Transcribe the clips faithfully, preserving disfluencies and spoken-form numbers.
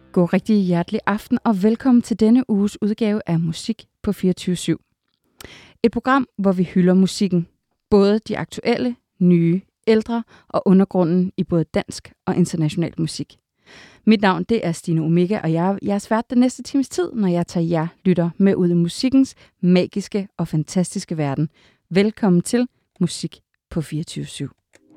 God rigtig hjertelig aften og velkommen til denne uges udgave af Musik på fireogtyve syv. Et program, hvor vi hylder musikken. Både de aktuelle, nye, ældre og undergrunden i både dansk og international musik. Mit navn det er Stine Omega, og jeg, jeg er svært den næste times tid, når jeg tager jer lytter med ud i musikkens magiske og fantastiske verden. Velkommen til Musik på fireogtyve syv.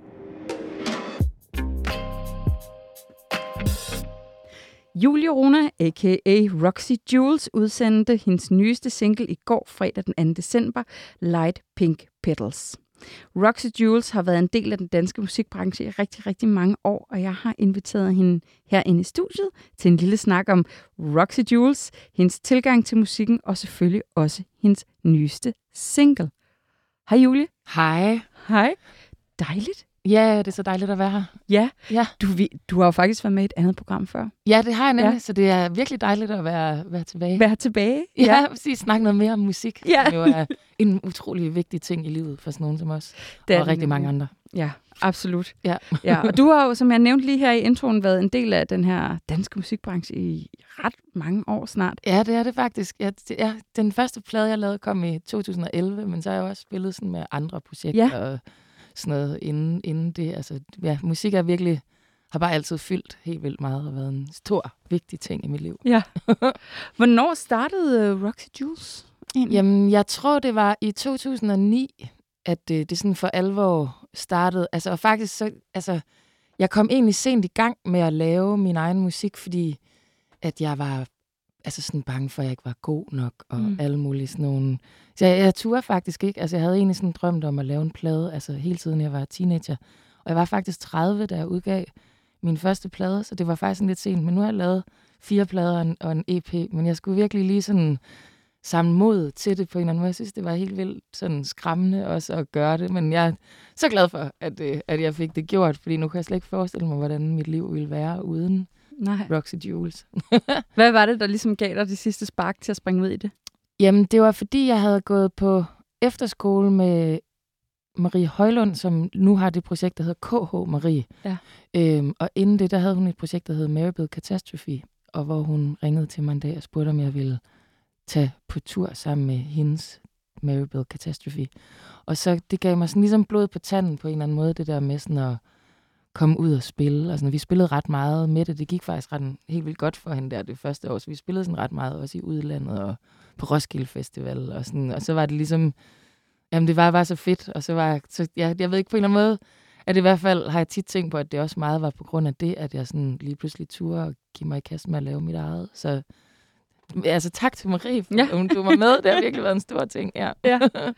Julie Runa, a k a. Roxy Jules, udsendte hendes nyeste single i går, fredag den anden december, Light Pink Petals. Roxy Jules har været en del af den danske musikbranche i rigtig, rigtig mange år, og jeg har inviteret hende herinde i studiet til en lille snak om Roxy Jules, hendes tilgang til musikken og selvfølgelig også hendes nyeste single. Hej Julie. Hej. Hej. Dejligt. Ja, det er så dejligt at være her. Ja, ja. Du, du har jo faktisk været med i et andet program før. Ja, det har jeg nemlig, ja. Så det er virkelig dejligt at være, være tilbage. Være tilbage? Ja, ja. Præcis. Snakke noget mere om musik, ja. som jo er en utrolig vigtig ting i livet for sådan nogen som os, det og rigtig mange andre. Ja, absolut. Ja. ja. Og du har jo, som jeg nævnte lige her i introen, været en del af den her danske musikbranche i ret mange år snart. Ja, det er det faktisk. Ja, det, ja, den første plade, jeg lavede, kom i to tusind og elleve, men så har jeg også spillet sådan med andre projekter ja. og sådan noget inden, inden det. Altså, ja, musik er virkelig, har bare altid fyldt helt vildt meget og været en stor, vigtig ting i mit liv. Ja. Hvornår startede uh, Roxy Jules? Egentlig? Jamen, jeg tror, det var i to tusind og ni, at det, det sådan for alvor startede. Altså, og faktisk så, altså, jeg kom egentlig sent i gang med at lave min egen musik, fordi at jeg var altså sådan bange for, at jeg ikke var god nok, og mm. alle mulige sådan nogle. Så jeg, jeg turde faktisk ikke. Altså, jeg havde egentlig sådan drømt om at lave en plade, altså hele tiden jeg var teenager. Og jeg var faktisk tredive, da jeg udgav min første plade, så det var faktisk lidt sent. Men nu har jeg lavet fire plader og en E P, men jeg skulle virkelig lige sådan samle mod til det på en eller anden måde. Jeg synes, det var helt vildt sådan skræmmende også at gøre det, men jeg er så glad for, at, at jeg fik det gjort, fordi nu kan jeg slet ikke forestille mig, hvordan mit liv ville være uden Nej. Roxy Jules. Hvad var det, der ligesom gav dig de sidste spark til at springe ud i det? Jamen, det var fordi, jeg havde gået på efterskole med Marie Højlund, som nu har det projekt, der hedder K H Marie. Ja. Øhm, og inden det, der havde hun et projekt, der hedder Maribel Catastrophe, og hvor hun ringede til mig en dag og spurgte, om jeg ville tage på tur sammen med hendes Maribel Catastrophe. Og så det gav mig sådan ligesom blod på tanden på en eller anden måde, det der med sådan at komme ud og spille. Altså, vi spillede ret meget med det. Det gik faktisk ret helt vildt godt for hende der det første år, så vi spillede sådan ret meget også i udlandet og på Roskilde Festival og sådan. Og så var det ligesom, jamen det var bare så fedt, og så var jeg, så, ja, jeg ved ikke på en eller anden måde, at i hvert fald har jeg tit tænkt på, at det også meget var på grund af det, at jeg sådan lige pludselig turde og give mig i kast med at lave mit eget. Så altså tak til Marie, for ja. hun tog mig med. Det har virkelig været en stor ting. Ja. ja.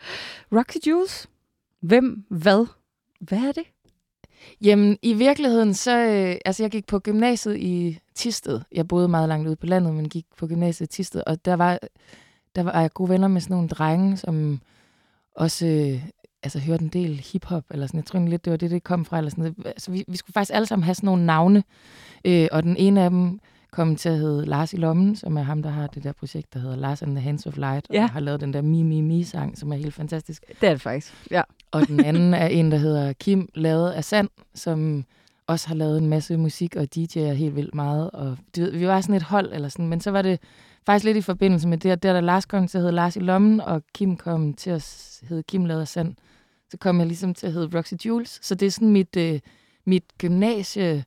Roxy Jules. Hvem? Hvad? Hvad er det? Jamen, i virkeligheden, så... Øh, altså, jeg gik på gymnasiet i Thisted. Jeg boede meget langt ude på landet, men gik på gymnasiet i Thisted. Og der var, der var jeg gode venner med sådan nogle drenge, som også... Øh, altså, hørte en del hiphop, eller sådan. Jeg tror lidt, det var det, det kom fra. Eller sådan. Altså, vi, vi skulle faktisk alle sammen have sådan nogle navne. Øh, og den ene af dem kom til at hedde Lars i Lommen, som er ham, der har det der projekt, der hedder Lars and the Hands of Light, ja. Og har lavet den der Mi Mi Mi-sang, som er helt fantastisk. Det er det faktisk, ja. Og den anden er en, der hedder Kim, lavet af Sand, som også har lavet en masse musik og D J'er helt vildt meget. Og du ved, vi var sådan et hold, eller sådan, men så var det faktisk lidt i forbindelse med det, der, der Lars kom til at hedde Lars i Lommen, og Kim kom til at hedde Kim, lavet af Sand. Så kom jeg ligesom til at hedde Roxy Jules. Så det er sådan mit, øh, mit gymnasie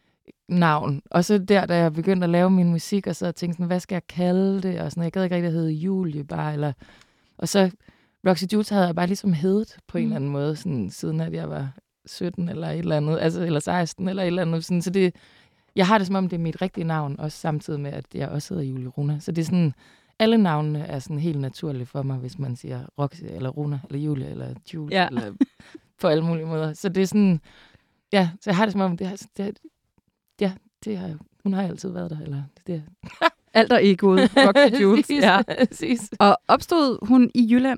navn. Og så der, da jeg begyndte at lave min musik, og så tænkte sådan, hvad skal jeg kalde det? Og sådan, jeg gad ikke rigtig at hedde Julie bare, eller... Og så Roxy Jules havde jeg bare ligesom heddet på en mm. eller anden måde, sådan, siden at jeg var sytten eller et eller andet, altså, eller seksten eller et eller andet. Sådan, så det, jeg har det som om, det er mit rigtige navn, også samtidig med, at jeg også hedder Julie Runa. Så det er sådan, alle navnene er sådan helt naturlige for mig, hvis man siger Roxy, eller Runa, eller Julie, eller Jules, ja. Eller på alle mulige måder. Så det er sådan, ja, så jeg har det som om, det har, det, ja, det har, hun har altid været der, eller det alt er egoet, Roxy Jules. Ja. Præcis. Og opstod hun i Jylland?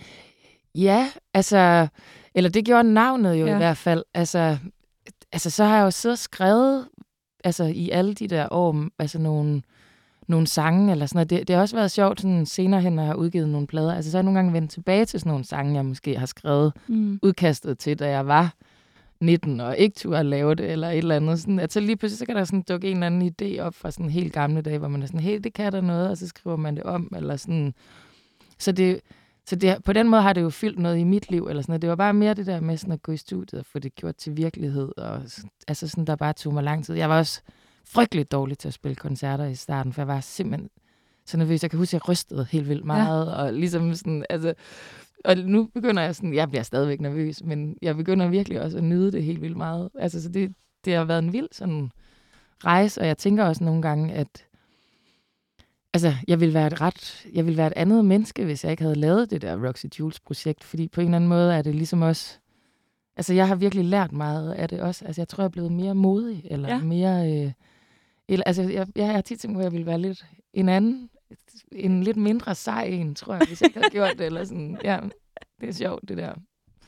Ja, altså, eller det gjorde navnet jo ja. I hvert fald. Altså, altså, så har jeg jo siddet og skrevet, altså i alle de der år, altså nogle, nogle sange eller sådan noget. Det, det har også været sjovt sådan senere hen, når jeg har udgivet nogle plader. Altså så har jeg nogle gange vendt tilbage til sådan nogle sange, jeg måske har skrevet mm. udkastet til, da jeg var nitten og ikke turde at lave det, eller et eller andet. Sådan, at så lige pludselig så kan der sådan dukke en eller anden idé op fra sådan helt gamle dage, hvor man er sådan, hey, det kan der noget, og så skriver man det om, eller sådan. Så, det, så det, på den måde har det jo fyldt noget i mit liv, eller sådan noget. Det var bare mere det der med sådan at gå i studiet og få det gjort til virkelighed, og altså sådan, der bare tog mig lang tid. Jeg var også frygteligt dårlig til at spille koncerter i starten, for jeg var simpelthen så nervøs. Jeg kan huske, at jeg rystede helt vildt meget, ja. og ligesom sådan, altså, og nu begynder jeg sådan, jeg bliver stadigvæk nervøs, men jeg begynder virkelig også at nyde det helt vildt meget. Altså, så det, det har været en vild sådan rejse, og jeg tænker også nogle gange, at altså, jeg ville være et ret, jeg ville være et andet menneske, hvis jeg ikke havde lavet det der Roxy Jules-projekt, fordi på en eller anden måde er det ligesom også, altså, jeg har virkelig lært meget af det også. Altså, jeg tror, jeg er blevet mere modig, eller ja. mere, øh, eller, altså, jeg, jeg har tit tænkt på, at jeg ville være lidt en anden, en lidt mindre sej en, tror jeg, hvis jeg ikke havde gjort det, eller sådan, ja, det er sjovt, det der.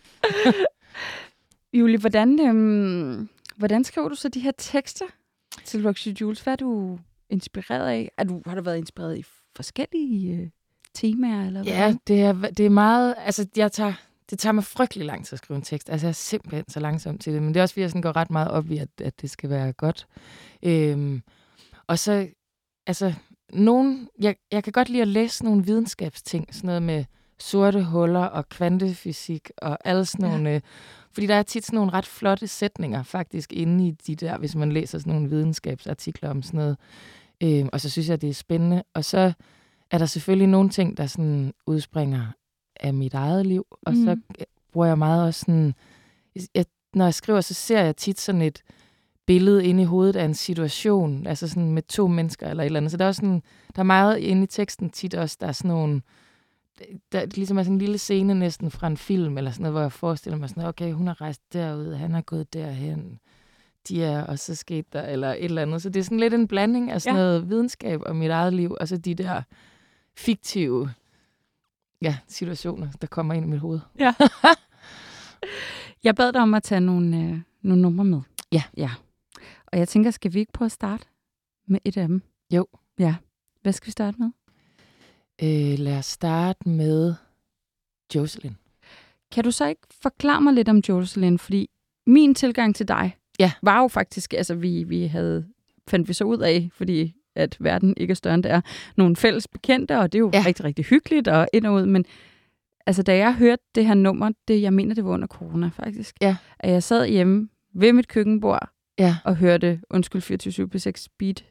Julie, hvordan, øhm, hvordan skriver du så de her tekster til Roxy Jules? Hvad er du inspireret af? Er du, har du været inspireret i forskellige øh, temaer? Eller ja, hvad? det er, det er meget, altså jeg tager, det tager mig frygtelig lang tid at skrive en tekst. Altså jeg er simpelthen så langsom til det, men det er også, fordi jeg sådan går ret meget op i, at, at det skal være godt. Øhm, og så, altså, nogen, jeg, jeg kan godt lide at læse nogle videnskabsting, sådan noget med sorte huller og kvantefysik og alle sådan nogle, ja. øh, fordi der er tit sådan nogle ret flotte sætninger faktisk inde i de der, hvis man læser sådan nogle videnskabsartikler om sådan noget. Øh, og så synes jeg, det er spændende. Og så er der selvfølgelig nogle ting, der sådan udspringer af mit eget liv, og mm. så bruger jeg meget også sådan, jeg, når jeg skriver, så ser jeg tit sådan et billede inde i hovedet af en situation, altså sådan med to mennesker eller et eller andet. Så der er også sådan, der er meget inde i teksten tit også, der er sådan nogle, der ligesom er sådan en lille scene næsten fra en film, eller sådan noget, hvor jeg forestiller mig sådan, okay, hun har rejst derud, han har gået derhen, de er, og så skete der, eller et eller andet. Så det er sådan lidt en blanding af sådan ja. noget videnskab og mit eget liv, og så de der fiktive ja, situationer, der kommer ind i mit hoved. Ja. Jeg bad dig om at tage nogle, øh, nogle numre med. Ja. Ja. Og jeg tænker, skal vi ikke prøve at starte med et af dem? Jo. Ja. Hvad skal vi starte med? Øh, lad os starte med Jocelyn. Kan du så ikke forklare mig lidt om Jocelyn? Fordi min tilgang til dig ja. var jo faktisk, altså vi, vi havde, fandt vi så ud af, fordi at verden ikke er større end det er, nogle fælles bekendte, og det er jo ja. rigtig, rigtig hyggeligt og ind og ud, men altså da jeg hørte det her nummer, det, jeg mener, det var under corona faktisk, ja. at jeg sad hjemme ved mit køkkenbord ja. og hørte, undskyld, fireogtyve syv P seks Beat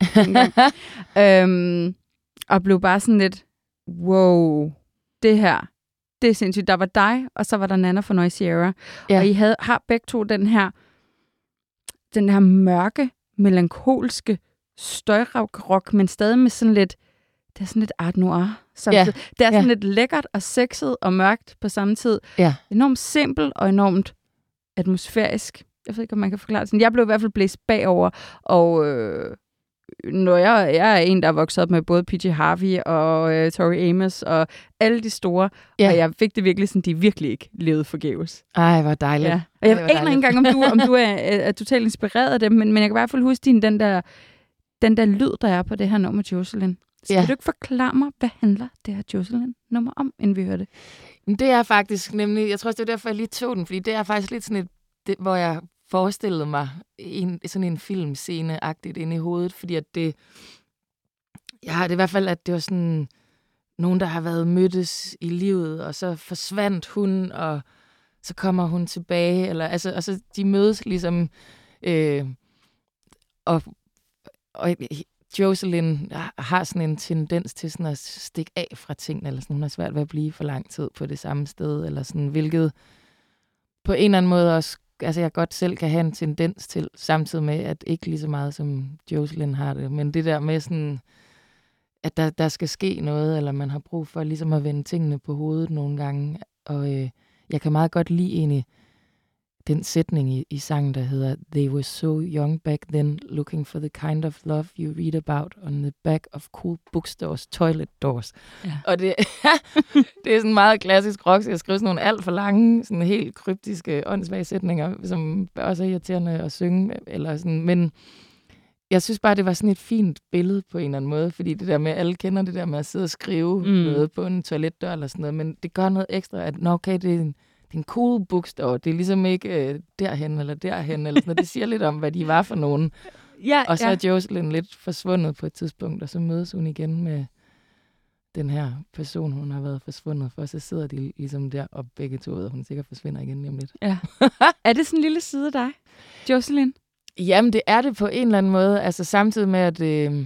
øhm, og blev bare sådan lidt, wow, det her, det er sindssygt. Der var dig, og så var der Nana fra Noisiera. Ja. Og I havde, har begge to den her, den her mørke, melankolske støjrock, men stadig med sådan lidt, det er sådan lidt art noir samtidig. Ja. Det er sådan ja. lidt lækkert og sexet og mørkt på samme tid. Ja. Enormt simpelt og enormt atmosfærisk. Jeg ved ikke, om man kan forklare det sådan. Jeg blev i hvert fald blæst bagover, og øh, når jeg, jeg er en, der er vokset op med både P J Harvey og øh, Tori Amos og alle de store, ja. og jeg fik det virkelig sådan, de virkelig ikke levede forgæves. Ej, hvor dejligt. Ja. Og jeg aner ikke engang, om du, om du er, er totalt inspireret af dem, men, men jeg kan i hvert fald huske din, den der, den der lyd, der er på det her nummer Jocelyn. Skal ja. du ikke forklare mig, hvad handler det her Jocelyn-nummer om, inden vi hører det? Det er faktisk nemlig, jeg tror også, det er derfor, jeg lige tog den, fordi det er faktisk lidt sådan et, det, hvor jeg forestillede mig en, sådan en filmscene-agtigt inde i hovedet, fordi at det, jeg har det i hvert fald, at det var sådan nogen, der har været mødtes i livet, og så forsvandt hun, og så kommer hun tilbage, eller altså, og så de mødes ligesom, øh, og, og Jocelyn har sådan en tendens til sådan at stikke af fra tingene, eller sådan, hun har svært ved at blive for lang tid på det samme sted, eller sådan, hvilket på en eller anden måde også, altså jeg godt selv kan have en tendens til, samtidig med, at ikke lige så meget som Jocelyn har det, men det der med sådan, at der, der skal ske noget, eller man har brug for ligesom at vende tingene på hovedet nogle gange, og øh, jeg kan meget godt lide egentlig den sætning i, i sangen, der hedder They were so young back then, looking for the kind of love you read about on the back of cool bookstores, toilet doors. Ja. Og det, det er sådan meget klassisk rock, så jeg skriver sådan nogle alt for lange, sådan helt kryptiske, åndssvage sætninger, som også er irriterende at synge, eller sådan, men jeg synes bare, det var sådan et fint billede på en eller anden måde, fordi det der med, alle kender det der med at sidde og skrive mm. noget på en toiletdør eller sådan noget, men det gør noget ekstra, at nå, okay, det er en det er en cool bookstore. Det er ligesom ikke øh, derhen eller derhen. Eller sådan noget. Det siger lidt om, hvad de var for nogen. Ja, og så ja. er Jocelyn lidt forsvundet på et tidspunkt, og så mødes hun igen med den her person, hun har været forsvundet for. Så sidder de ligesom der, og begge to ved, at hun sikkert forsvinder igen lige om lidt. Ja. Er det sådan en lille side af dig, Jocelyn? Jamen, det er det på en eller anden måde. Altså samtidig med, at øh,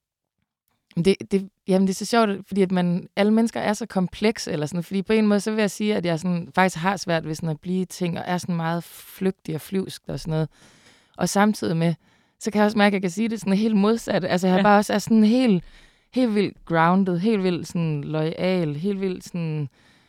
det, det, jamen, det er så sjovt, fordi at man, alle mennesker er så komplekse, eller sådan, fordi på en måde, så vil jeg sige, at jeg sådan, faktisk har svært ved sådan at blive ting, og er sådan meget flygtig og flyvsk og sådan noget. Og samtidig med, så kan jeg også mærke, at jeg kan sige det sådan helt modsat. Altså, jeg ja. bare også er sådan helt, helt vildt grounded, helt vildt sådan loyal, helt vildt sådan,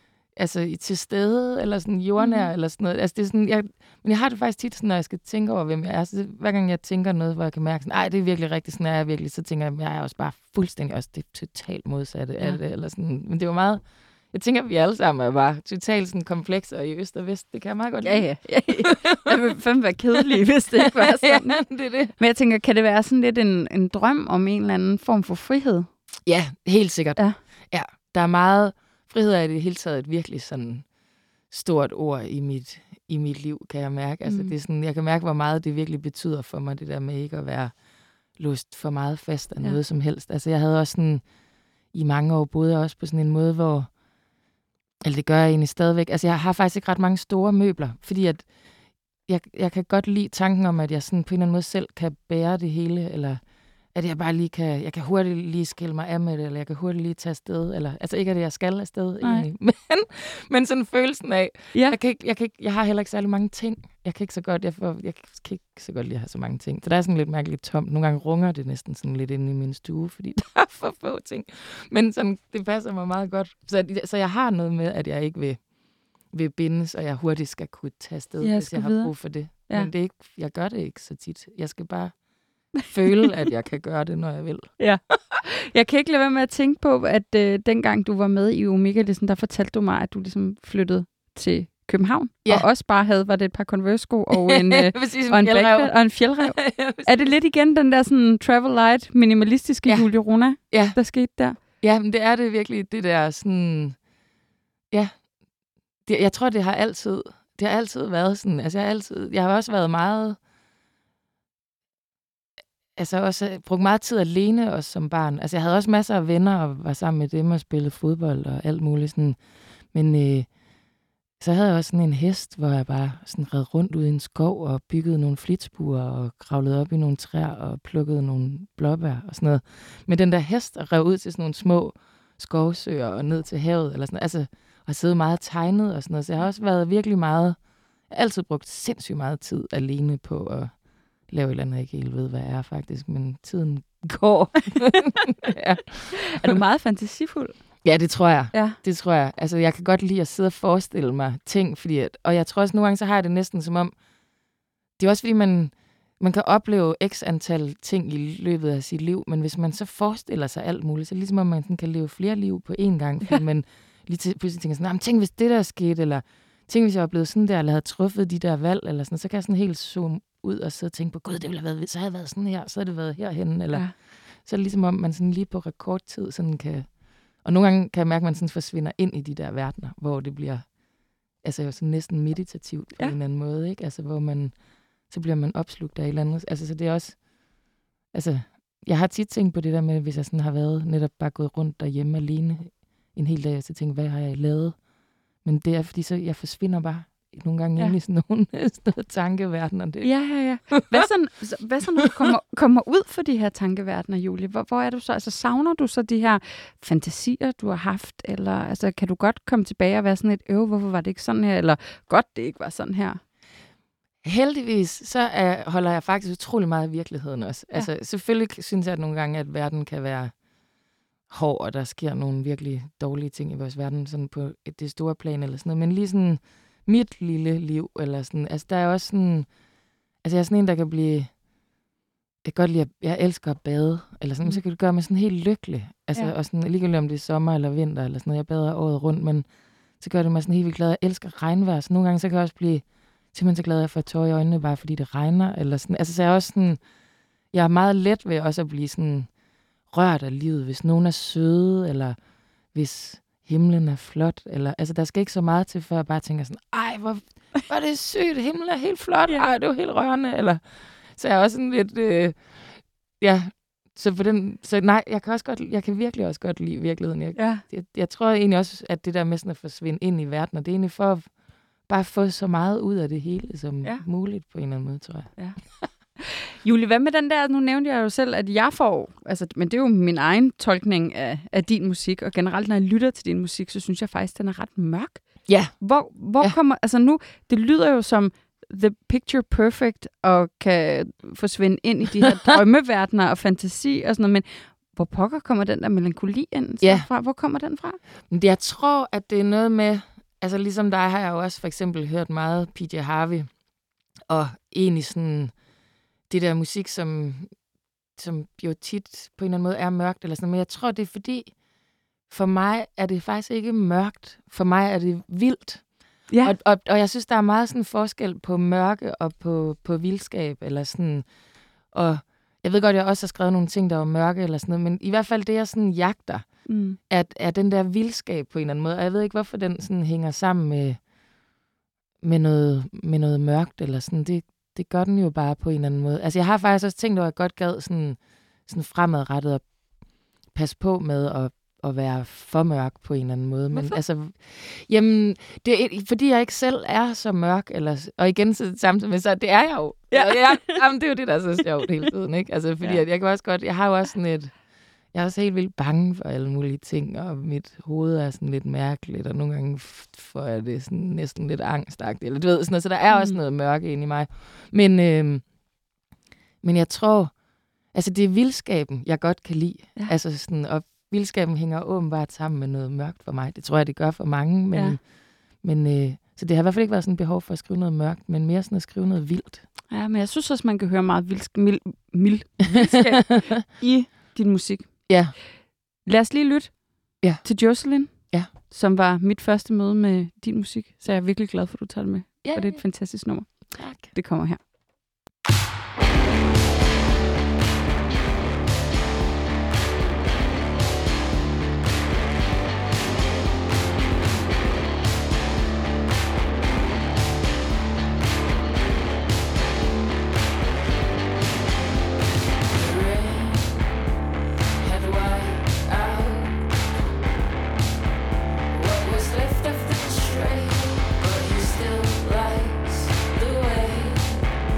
altså til stede, eller sådan jordnær, mm. eller sådan noget. Altså, det er sådan, jeg, men jeg har det faktisk tit sådan, når jeg skal tænke over, hvem jeg er. Så hver gang jeg tænker noget, hvor jeg kan mærke sådan, ej, det er virkelig rigtigt, sådan er jeg virkelig, så tænker jeg, jeg er også bare fuldstændig også det totalt modsatte ja. af det, eller sådan. Men det var meget, jeg tænker, at vi alle sammen er bare totalt sådan komplekse, og i øst og vest, det kan jeg meget godt lide. Ja, ja. ja, ja. Jeg ville fandme være kedelig, hvis det ikke var sådan. ja, det er det. Men jeg tænker, kan det være sådan lidt en, en drøm om en eller anden form for frihed? Ja, helt sikkert. Ja. ja der er meget, frihed er i det hele taget et virkelig sådan stort ord i mit, i mit liv, kan jeg mærke. Altså, mm. det er sådan, jeg kan mærke, hvor meget det virkelig betyder for mig, det der med ikke at være låst for meget fast af ja. noget som helst. Altså, jeg havde også sådan, i mange år boede jeg også på sådan en måde, hvor, eller det gør jeg egentlig stadigvæk, altså jeg har faktisk ikke ret mange store møbler, fordi at jeg, jeg kan godt lide tanken om, at jeg sådan på en eller anden måde selv kan bære det hele, eller at jeg bare lige kan, jeg kan hurtigt lige skille mig af med det, eller jeg kan hurtigt lige tage afsted, eller, altså ikke at jeg skal afsted egentlig, men, men sådan følelsen af, ja. jeg, kan ikke, jeg, kan ikke, jeg har heller ikke særlig mange ting, jeg kan ikke så godt, jeg, får, jeg kan ikke så godt lide at have så mange ting, så der er sådan lidt mærkeligt tomt, nogle gange runger det næsten sådan lidt inde i min stue, fordi der er for få ting, men sådan, det passer mig meget godt, så, så jeg har noget med, at jeg ikke vil, vil bindes, og jeg hurtigt skal kunne tage afsted, jeg hvis jeg har videre. brug for det, ja. men det er ikke, jeg gør det ikke så tit, jeg skal bare føle, at jeg kan gøre det, når jeg vil. Ja. Jeg kan ikke lade være med at tænke på, at øh, dengang du var med i Omega, ligesom, der fortalte du mig, at du ligesom flyttede til København, ja. og også bare havde, var det et par Converse-sko og en, øh, en og en backpack og en fjeldrev. ja, er det lidt igen den der sådan travel light, minimalistiske ja. Julie Rona, ja. der skete der? Ja, men det er det virkelig, det der sådan, ja, det, jeg tror, det har altid, det har altid været sådan, altså jeg har altid, jeg har også været meget, altså også brugt meget tid alene også som barn. Altså jeg havde også masser af venner og var sammen med dem og spillede fodbold og alt muligt sådan. Men øh, så havde jeg også sådan en hest, hvor jeg bare sådan red rundt ud i en skov og byggede nogle flitsbuer og kravlede op i nogle træer og plukkede nogle blåbær og sådan noget. Men den der hest rev ud til sådan nogle små skovsøer og ned til havet eller sådan noget. Altså, og siddet meget tegnet og sådan noget. Så jeg har også været virkelig meget, jeg har altid brugt sindssygt meget tid alene på at lave et eller andet, jeg ikke helt ved, hvad jeg er faktisk, men tiden går. ja. Er du meget fantasifuld? Ja, det tror jeg. Ja. Det tror jeg. Altså, jeg kan godt lide at sidde og forestille mig ting, fordi at, og jeg tror også, nogle gange, så har jeg det næsten som om, det er også fordi, man, man kan opleve x antal ting i løbet af sit liv, men hvis man så forestiller sig alt muligt, så er det ligesom, om man sådan kan leve flere liv på én gang, fordi ja. man lige til, pludselig tænker sådan, tænk hvis det der skete, eller tænk hvis jeg var blevet sådan der, eller havde truffet de der valg, eller sådan, så kan jeg sådan helt zoome ud og sidde og tænke på, gud, det ville have været, så havde jeg været sådan her, så havde det været herhenne, eller ja. Så er det ligesom om, man sådan lige på rekordtid sådan kan, og nogle gange kan jeg mærke, at man sådan forsvinder ind i de der verdener, hvor det bliver, altså sådan næsten meditativt ja. På en anden måde, ikke? Altså, hvor man, så bliver man opslugt af et eller andet, altså, så det er også, altså, jeg har tit tænkt på det der med, hvis jeg sådan har været, netop bare gået rundt derhjemme alene en hel dag, og så tænker, hvad har jeg lavet? Men det er, fordi så jeg forsvinder bare nogle gange ja. Ind i sådan nogle sådan tankeverdener. Det. Ja, ja, ja. Hvad så, hvad så når du kommer, kommer ud for de her tankeverdener, Julie? Hvor, hvor er du så? Altså, savner du så de her fantasier, du har haft? Eller altså, kan du godt komme tilbage og være sådan et, øv, hvorfor var det ikke sådan her? Eller godt, det ikke var sådan her? Heldigvis, så er, holder jeg faktisk utrolig meget af virkeligheden også. Ja. Altså, selvfølgelig synes jeg at nogle gange, at verden kan være hård, og der sker nogle virkelig dårlige ting i vores verden, sådan på et, det store plan eller sådan noget. Men lige sådan mit lille liv, eller sådan, altså der er også sådan, altså jeg er sådan en, der kan blive, jeg kan godt lide, at jeg elsker at bade, eller sådan, mm. så kan det gøre mig sådan helt lykkelig. Altså, ja. Og sådan, ligegyldigt om det er sommer eller vinter, eller sådan noget, jeg bader året rundt, men så gør det mig sådan helt vildt glad. Jeg elsker regnvejr, så nogle gange så kan jeg også blive simpelthen så glad, at jeg får tårer i øjnene, bare fordi det regner, eller sådan, altså så jeg er også sådan, jeg er meget let ved også at blive sådan rørt af livet, hvis nogen er søde, eller hvis himlen er flot. Eller, altså, der skal ikke så meget til, før jeg bare tænker sådan, ej, hvor, hvor er det sygt, himlen er helt flot, ej, det er jo helt rørende. Eller, så jeg er også sådan lidt, øh, ja, så, på den, så nej, jeg kan, også godt, jeg kan virkelig også godt lide virkeligheden. Jeg, Ja. jeg, jeg tror egentlig også, at det der med sådan at forsvinde ind i verden, og det er egentlig for at bare få så meget ud af det hele som Ja. muligt på en eller anden måde, tror jeg. Ja. Julie, hvad med den der, nu nævnte jeg jo selv, at jeg får, altså, men det er jo min egen tolkning af, af din musik, og generelt, når jeg lytter til din musik, så synes jeg faktisk, den er ret mørk. Ja. Hvor, hvor Ja. kommer, altså nu, det lyder jo som the picture perfect, og kan forsvinde ind i de her drømmeverdener og fantasi og sådan noget, men hvor pokker kommer den der melankoli ind så Ja. fra? Hvor kommer den fra? Men jeg tror, at det er noget med, altså ligesom dig har jeg jo også for eksempel hørt meget P J Harvey, og egentlig sådan det der musik, som, som jo tit på en eller anden måde er mørkt, eller sådan, men jeg tror, det er fordi, for mig er det faktisk ikke mørkt. For mig er det vildt. Ja. Og, og, og jeg synes, der er meget sådan forskel på mørke og på, på vildskab, eller sådan, og jeg ved godt, jeg også har skrevet nogle ting, der var mørke, eller sådan noget, men i hvert fald det, jeg sådan jagter, Mm. er, er den der vildskab på en eller anden måde. Og jeg ved ikke, hvorfor den sådan hænger sammen med, med, noget, med noget mørkt, eller sådan. Det, det gør den jo bare på en eller anden måde. Altså, jeg har faktisk også tænkt over, at jeg godt gad sådan, sådan fremadrettet at passe på med at, at være for mørk på en eller anden måde. Men Hvorfor? altså, jamen, det er, fordi jeg ikke selv er så mørk, eller, og igen så samtidig med, så det er jeg jo. Ja. Og jeg, jamen, det er jo det, der er så sjovt hele tiden, ikke? Altså, fordi Ja. at jeg kan også godt, jeg har jo også sådan et, jeg er også helt vildt bange for alle mulige ting, og mit hoved er sådan lidt mærkeligt, og nogle gange f- får jeg det sådan næsten lidt angstagtigt, eller du ved, sådan noget, så der er også Mm. noget mørke inde i mig. Men, øh, men jeg tror, altså det er vildskaben, jeg godt kan lide. Ja. Altså sådan, og vildskaben hænger åbenbart sammen med noget mørkt for mig. Det tror jeg, det gør for mange, men, Ja. men øh, så det har i hvert fald ikke været sådan et behov for at skrive noget mørkt, men mere sådan at skrive noget vildt. Ja, men jeg synes også, man kan høre meget vildsk, mild, mild vildskab i din musik. Ja. Lad os lige lytte Ja. til Jocelyn, Ja. som var mit første møde med din musik. Så jeg er virkelig glad for, at du tager det med. Ja, Og det er et fantastisk nummer. tak. Det kommer her. But he still likes the way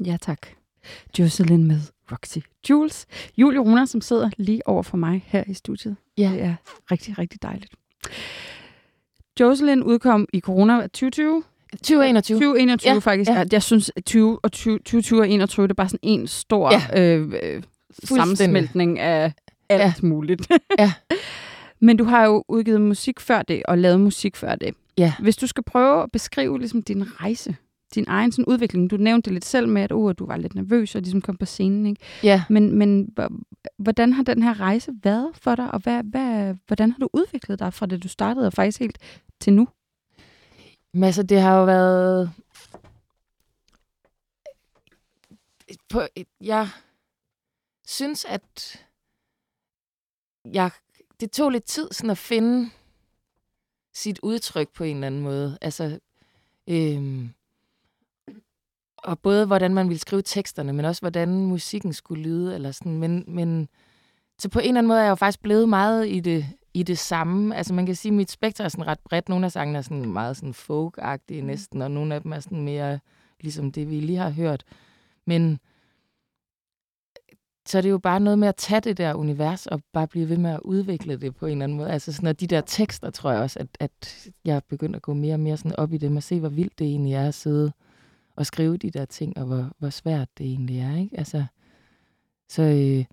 Ja, tak. Jocelyn med Roxy Jules. Julie Runa, som sidder lige over for mig her i studiet. Ja. Det er rigtig, rigtig dejligt. Jocelyn udkom i corona tyve tyve. tyve enogtyve. tyve enogtyve Ja, faktisk. ja. Jeg synes, tyve og tyve, tyve tyve og enogtyve, det er bare sådan en stor Ja. øh, øh, sammensmeltning af alt Ja. muligt. Ja. Men du har jo udgivet musik før det, og lavet musik før det. Ja. Hvis du skal prøve at beskrive ligesom din rejse, din egen sådan udvikling. Du nævnte det lidt selv med, at, uh, at du var lidt nervøs og ligesom kom på scenen. Ikke? Ja. Men, men hvordan har den her rejse været for dig, og hvad, hvad, hvordan har du udviklet dig fra det, du startede, og faktisk helt til nu? Men altså, det har jo været... På et, jeg synes, at jeg, det tog lidt tid sådan at finde sit udtryk på en eller anden måde. Altså, øhm, og både hvordan man ville skrive teksterne, men også hvordan musikken skulle lyde. Eller sådan. Men, men så på en eller anden måde er jeg jo faktisk blevet meget i det, i det samme. Altså man kan sige, at mit spektrum er sådan ret bredt. Nogle af sangene er sådan meget sådan folk-agtige næsten, og nogle af dem er sådan mere ligesom det, vi lige har hørt. Men så er det jo bare noget med at tage det der univers og bare blive ved med at udvikle det på en eller anden måde. Altså sådan, at de der tekster, tror jeg også, at, at jeg er begyndt at gå mere og mere sådan op i dem og se, hvor vildt det egentlig er at sidde og skrive de der ting, og hvor, hvor svært det egentlig er, ikke? Altså, så... Øh,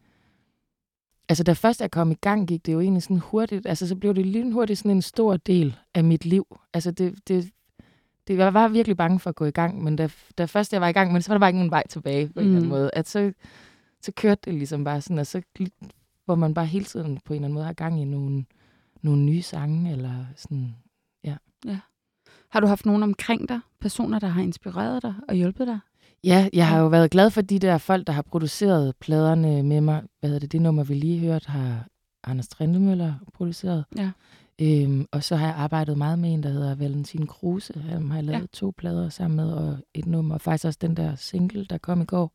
altså, da først jeg kom i gang, gik det jo egentlig sådan hurtigt. Altså, så blev det lynhurtigt sådan en stor del af mit liv. Altså, det... det Det, jeg var virkelig bange for at gå i gang, men da, da først jeg var i gang, men så var der bare ikke nogen vej tilbage på en eller anden måde. At så, så kørte det ligesom bare sådan, og så, hvor man bare hele tiden på en eller anden måde har gang i nogle, nogle nye sange, eller sådan, ja. ja. Har du haft nogen omkring dig, personer, der har inspireret dig og hjulpet dig? Ja, jeg har jo været glad for de der folk, der har produceret pladerne med mig. Hvad hedder det, det nummer, vi lige hørte, har Anders Trindemøller produceret. Ja. Øhm, og så har jeg arbejdet meget med en, der hedder Valentin Kruse. Ham har jeg lavet ja. to plader sammen med, og et nummer. Og faktisk også den der single, der kom i går.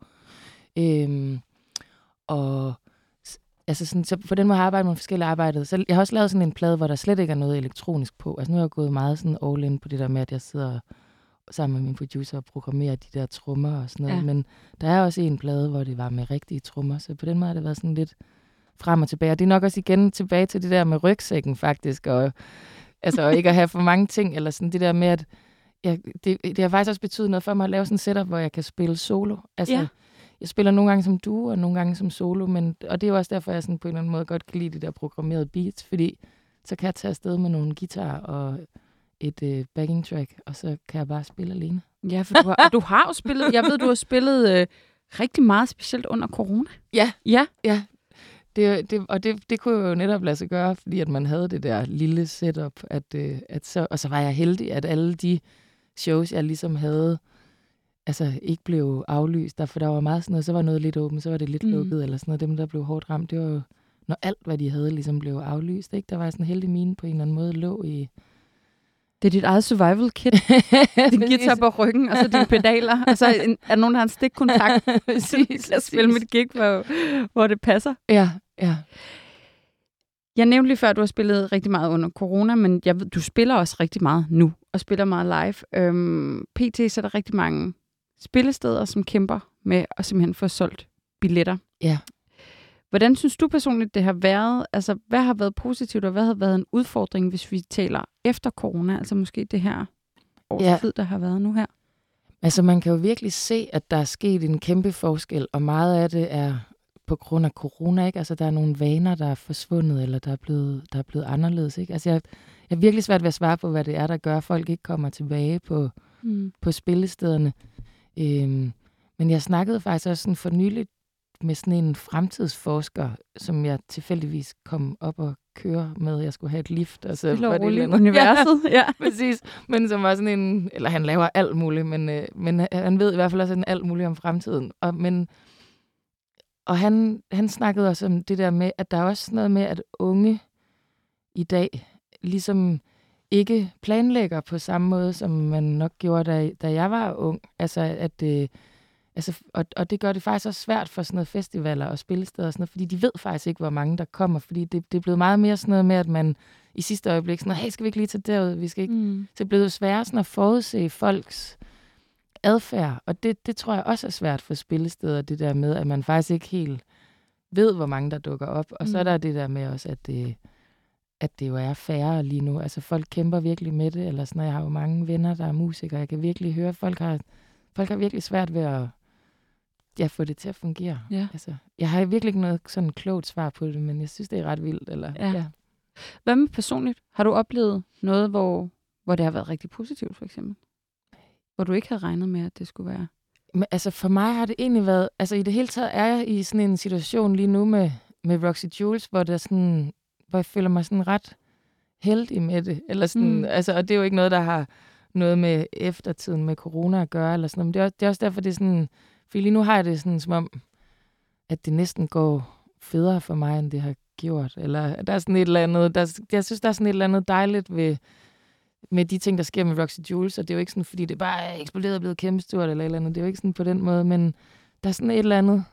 Øhm, og altså sådan, så på den måde har jeg arbejdet med forskellige arbejder. Så jeg har også lavet sådan en plade, hvor der slet ikke er noget elektronisk på. Altså nu har jeg gået meget sådan all in på det der med, at jeg sidder sammen med min producer og programmerer de der trommer og sådan noget. Ja. Men der er også en plade, hvor det var med rigtige trommer. Så på den måde har det været sådan lidt frem og tilbage. Og det er nok også igen tilbage til det der med rygsækken faktisk, og altså ikke at have for mange ting, eller sådan det der med, at jeg, det, det har faktisk også betydet noget for mig at lave sådan en setup, hvor jeg kan spille solo. Altså, ja. Jeg spiller nogle gange som duo, og nogle gange som solo, men, og det er jo også derfor, jeg sådan på en eller anden måde godt kan lide de der programmerede beats, fordi så kan jeg tage afsted med nogle guitar og et øh, backing track, og så kan jeg bare spille alene. Ja, for du har, du har jo spillet, jeg ved, du har spillet øh, rigtig meget, specielt under corona. Ja, ja, ja. Det, det, og det, det kunne jo netop lade sig gøre, fordi at man havde det der lille setup, at, øh, at så, og så var jeg heldig, at alle de shows, jeg ligesom havde, altså ikke blev aflyst, for der var meget sådan noget, så var noget lidt åbent, så var det lidt mm. lukket, eller sådan noget. Dem, der blev hårdt ramt, det var jo, når alt, hvad de havde, ligesom blev aflyst, ikke? Der var sådan en heldig mine på en eller anden måde, lå i... Det er dit eget survival kit. Din guitar på ryggen, og så dine pedaler, og så en, er der nogen, der har en stikkontakt til at spille mit gig, hvor, hvor det passer. Ja, ja. Jeg nævnte lige før, at du har spillet rigtig meget under corona, men jeg ved, du spiller også rigtig meget nu, og spiller meget live. Øhm, P T så er der rigtig mange spillesteder, som kæmper med at simpelthen få solgt billetter. Ja. Hvordan synes du personligt, det har været? Altså, hvad har været positivt, og hvad har været en udfordring, hvis vi taler efter corona? Altså måske det her års ja. tid, der har været nu her? Altså, man kan jo virkelig se, at der er sket en kæmpe forskel, og meget af det er på grund af corona, ikke? Altså, der er nogle vaner, der er forsvundet, eller der er blevet, der er blevet anderledes, ikke? Altså, jeg, jeg er virkelig svært ved at svare på, hvad det er, der gør, at folk ikke kommer tilbage på, mm. på spillestederne. Øhm, men jeg snakkede faktisk også sådan for nyligt med sådan en fremtidsforsker, som jeg tilfældigvis kom op og køre med. Jeg skulle have et lift. Og så var det et universet. Ja, ja, præcis. Men som var sådan en... Eller han laver alt muligt, men, øh, men han ved i hvert fald også alt muligt om fremtiden. Og, men, og han, han snakkede også om det der med, at der er også noget med, at unge i dag ligesom ikke planlægger på samme måde, som man nok gjorde, da, da jeg var ung. Altså, at... Øh, Altså, og, og det gør det faktisk også svært for sådan noget festivaler og spillesteder og sådan noget, fordi de ved faktisk ikke, hvor mange der kommer, fordi det, det er blevet meget mere sådan noget med, at man i sidste øjeblik sådan noget, hey, skal vi ikke lige tage derud? Vi skal ikke... Mm. Så det er blevet sværere sådan at forudse folks adfærd, og det, det tror jeg også er svært for spillesteder, det der med, at man faktisk ikke helt ved, hvor mange der dukker op. Og mm. så er der det der med også, at det, at det jo er færre lige nu. Altså folk kæmper virkelig med det, eller sådan, jeg har jo mange venner, der er musikere, jeg kan virkelig høre, at folk har, folk har virkelig svært ved at ja, få det til at fungere. Ja. Altså, jeg har virkelig ikke noget sådan klogt svar på det, men jeg synes, det er ret vildt. Eller, ja. Ja. Hvad med personligt? Har du oplevet noget, hvor, hvor det har været rigtig positivt, for eksempel? Hvor du ikke havde regnet med, at det skulle være? Men, altså, for mig har det egentlig været... Altså, i det hele taget er jeg i sådan en situation lige nu med, med Roxy Jules, hvor, der sådan, hvor jeg føler mig sådan ret heldig med det. Eller sådan, Mm. altså, og det er jo ikke noget, der har noget med eftertiden med corona at gøre, eller sådan, men det er, også, det er også derfor, det er sådan... For lige nu har jeg det sådan, som om, at det næsten går federe for mig, end det har gjort. Eller der er sådan et eller andet... Der, jeg synes, der er sådan et eller andet dejligt ved... med de ting, der sker med Roxy Jules, og det er jo ikke sådan, fordi det bare er eksploderet og blevet kæmpestort eller et eller andet. Det er jo ikke sådan på den måde, men der er sådan et eller andet,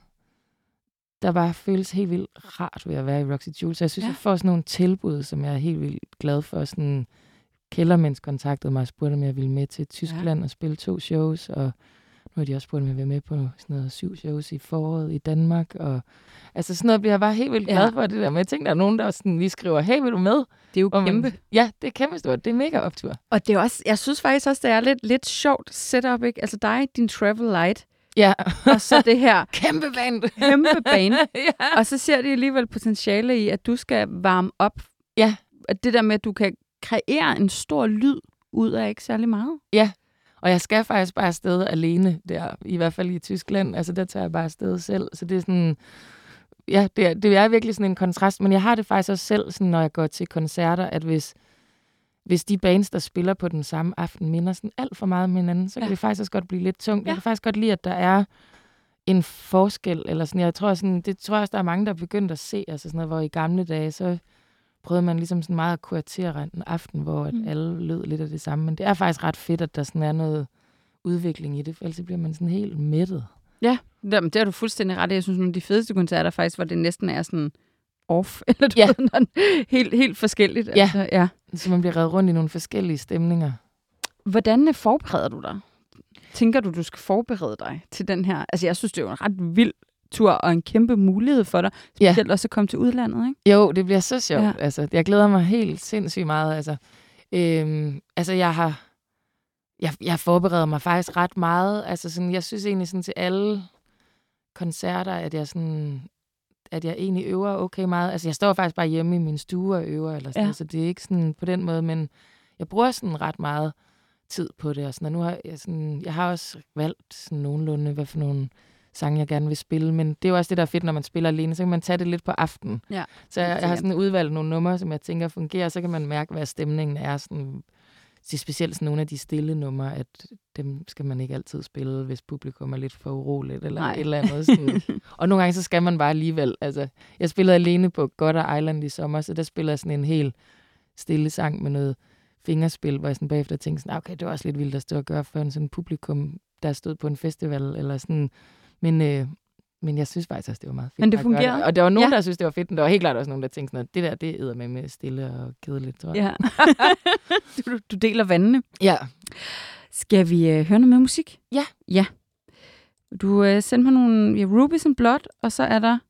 der bare føles helt vildt rart ved at være i Roxy Jules. Så jeg synes, ja. jeg får sådan nogle tilbud, som jeg er helt vildt glad for. Sådan Kellermens kontaktede mig og spurgte, om jeg ville med til Tyskland ja. og spille to shows, og nu har de også spurgt, om jeg vil med på sådan noget syv shows i foråret i Danmark. Og altså sådan noget bliver jeg bare helt vildt glad ja. for, det der med. Jeg tænker, der er nogen, der sådan lige skriver, hey, vil du med? Det er jo man, kæmpe. Ja, det er kæmpe stort. Det er mega optur. Og det er også, jeg synes faktisk også, det er lidt, lidt sjovt setup, ikke? Altså dig, din Travel Light. Ja. Og så det her. Kæmpe band. Kæmpe band. ja. Og så ser de alligevel potentiale i, at du skal varme op. Ja. At det der med, at du kan kreere en stor lyd ud af ikke særlig meget. Ja. Og jeg skal faktisk bare afsted alene der, i hvert fald i Tyskland. Altså, der tager jeg bare afsted selv. Så det er sådan... Ja, det er, det er virkelig sådan en kontrast. Men jeg har det faktisk også selv, sådan, når jeg går til koncerter, at hvis, hvis de bands, der spiller på den samme aften, minder sådan alt for meget om hinanden, så kan ja. det faktisk også godt blive lidt tungt. Ja. Jeg kan faktisk godt lide, at der er en forskel. Eller sådan, jeg tror, sådan, det tror jeg også, der er mange, der er begyndt at se. Altså sådan noget, hvor i gamle dage, så prøvede man ligesom sådan meget at kuratere en aften, hvor at mm. alle lød lidt af det samme. Men det er faktisk ret fedt, at der sådan er noget udvikling i det, for ellers bliver man sådan helt mættet. Ja, det har du fuldstændig ret i. Jeg synes, nogle af de fedeste koncerter faktisk, hvor det næsten er sådan off, eller du ja. ved, helt, helt forskelligt. Ja. Altså, ja, så man bliver reddet rundt i nogle forskellige stemninger. Hvordan forbereder du dig? Tænker du, du skal forberede dig til den her? Altså, jeg synes, det er jo en ret vild tur og en kæmpe mulighed for dig, specielt ja. også at komme til udlandet, ikke? Jo, det bliver så sjovt. Ja. Altså, jeg glæder mig helt sindssygt meget. Altså, øhm, altså jeg har jeg, jeg forbereder mig faktisk ret meget. Altså, sådan, jeg synes egentlig sådan til alle koncerter, at jeg sådan at jeg egentlig øver okay meget. Altså, jeg står faktisk bare hjemme i min stue og øver, eller sådan, ja. så det er ikke sådan på den måde, men jeg bruger sådan ret meget tid på det. Og, sådan, og nu har jeg, sådan, jeg har også valgt sådan nogenlunde, hvad for nogle sange, jeg gerne vil spille, men det er jo også det, der er fedt, når man spiller alene, så kan man tage det lidt på aftenen. Ja. Så jeg, jeg har sådan udvalgt nogle numre, som jeg tænker fungerer, og så kan man mærke, hvad stemningen er. Sådan, det er specielt sådan nogle af de stille numre, at dem skal man ikke altid spille, hvis publikum er lidt for uroligt, eller Nej. et eller andet. Sådan. Og nogle gange, så skal man bare alligevel. Altså, jeg spillede alene på Godder Island i sommer, så der spiller jeg sådan en helt stille sang med noget fingerspil, hvor jeg sådan bagefter tænkte sådan, okay, det var også lidt vildt at stå og gøre for en sådan publikum, der stod på en festival, eller sådan. Men, øh, men jeg synes faktisk også, det var meget fedt. Men det fungerede? Det. Og der var nogen, ja. der synes det var fedt, men der var helt klart også nogen, der tænkte sådan, det der, det æder med med stille og kedeligt, tror jeg. Ja. du, du deler vandene. Ja. Skal vi øh, høre noget med musik? Ja. Ja. Du øh, sendte mig nogle ja, Rubies and Blood, og så er der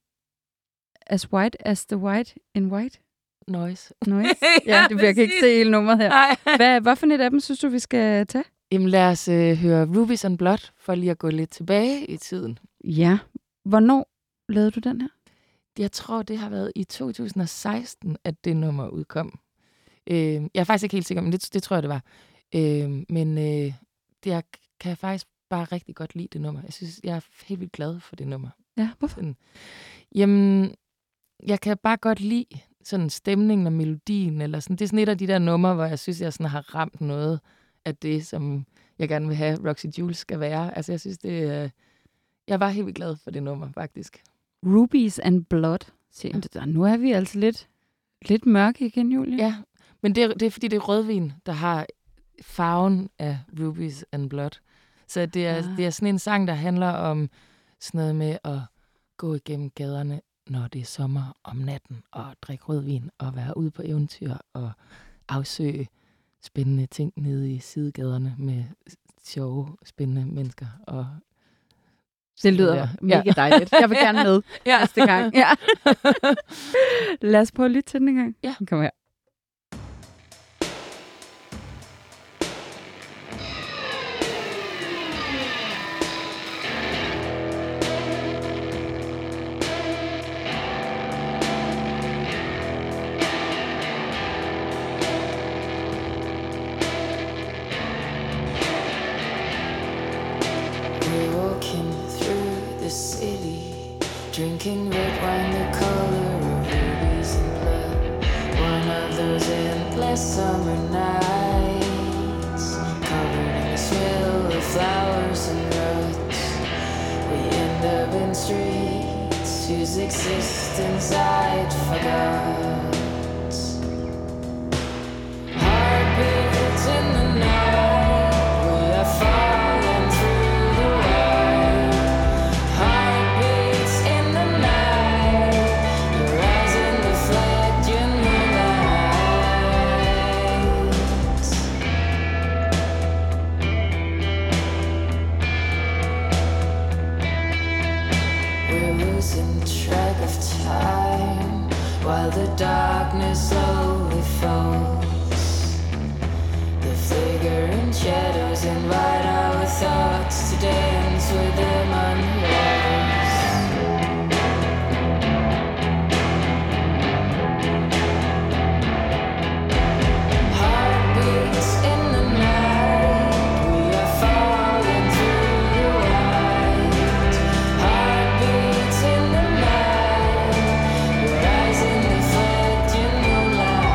As White as the White in White. Noise. Noise. Ja, ja det jeg kan ikke se hele nummeret her. Hvad, hvad for et af dem synes du, vi skal tage? Jamen lad os øh, høre Rubies and Blood, for lige at gå lidt tilbage i tiden. Ja. Hvornår lavede du den her? Jeg tror, det har været i to tusind og seksten, at det nummer udkom. Øh, jeg er faktisk ikke helt sikker, men det, det tror jeg, det var. Øh, men øh, det, jeg kan faktisk bare rigtig godt lide det nummer. Jeg synes, jeg er helt vildt glad for det nummer. Ja, hvorfor? Sådan, jamen, jeg kan bare godt lide sådan stemningen og melodien. Eller sådan. Det er sådan et af de der numre, hvor jeg synes, jeg sådan har ramt noget af det, som jeg gerne vil have, Roxy Jules skal være. Altså, jeg synes, det er... Jeg var helt vildt glad for det nummer, faktisk. Rubies and Blood. Se, ja. Nu er vi altså lidt, lidt mørke igen, Julie. Ja, men det er, det er fordi, det er rødvin, der har farven af Rubies and Blood. Så det er, ja. det er sådan en sang, der handler om sådan noget med at gå igennem gaderne, når det er sommer om natten, og drikke rødvin, og være ude på eventyr, og afsøge spændende ting nede i sidegaderne med sjove, spændende mennesker. Og det lyder ja. mega dejligt. Jeg vil gerne med ja. næste gang. Ja. Lad os prøve at lytte til den en gang. Ja. Kom her. Drinking red wine, the color of rubies and blood. One of those endless summer nights, covered in the smell of flowers and ruts. We end up in streets whose existence I'd forgot. Heartbeats in the night, we are falling through the wire. Heartbeats in the night, your eyes in the flat, your moonlight. We're losing track of time while the darkness slowly falls. The flickering shadows invite our thoughts to dance with them on the walls. Heartbeats in the night, we are falling through the white. Heartbeats in the night, your eyes in the flat, your moonlight.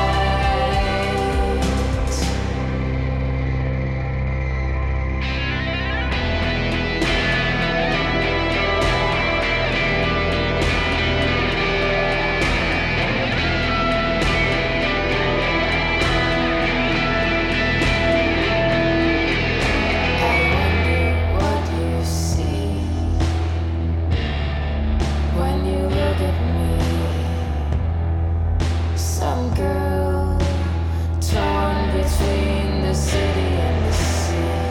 What you see when you look at me, some girl torn between the city and the sea.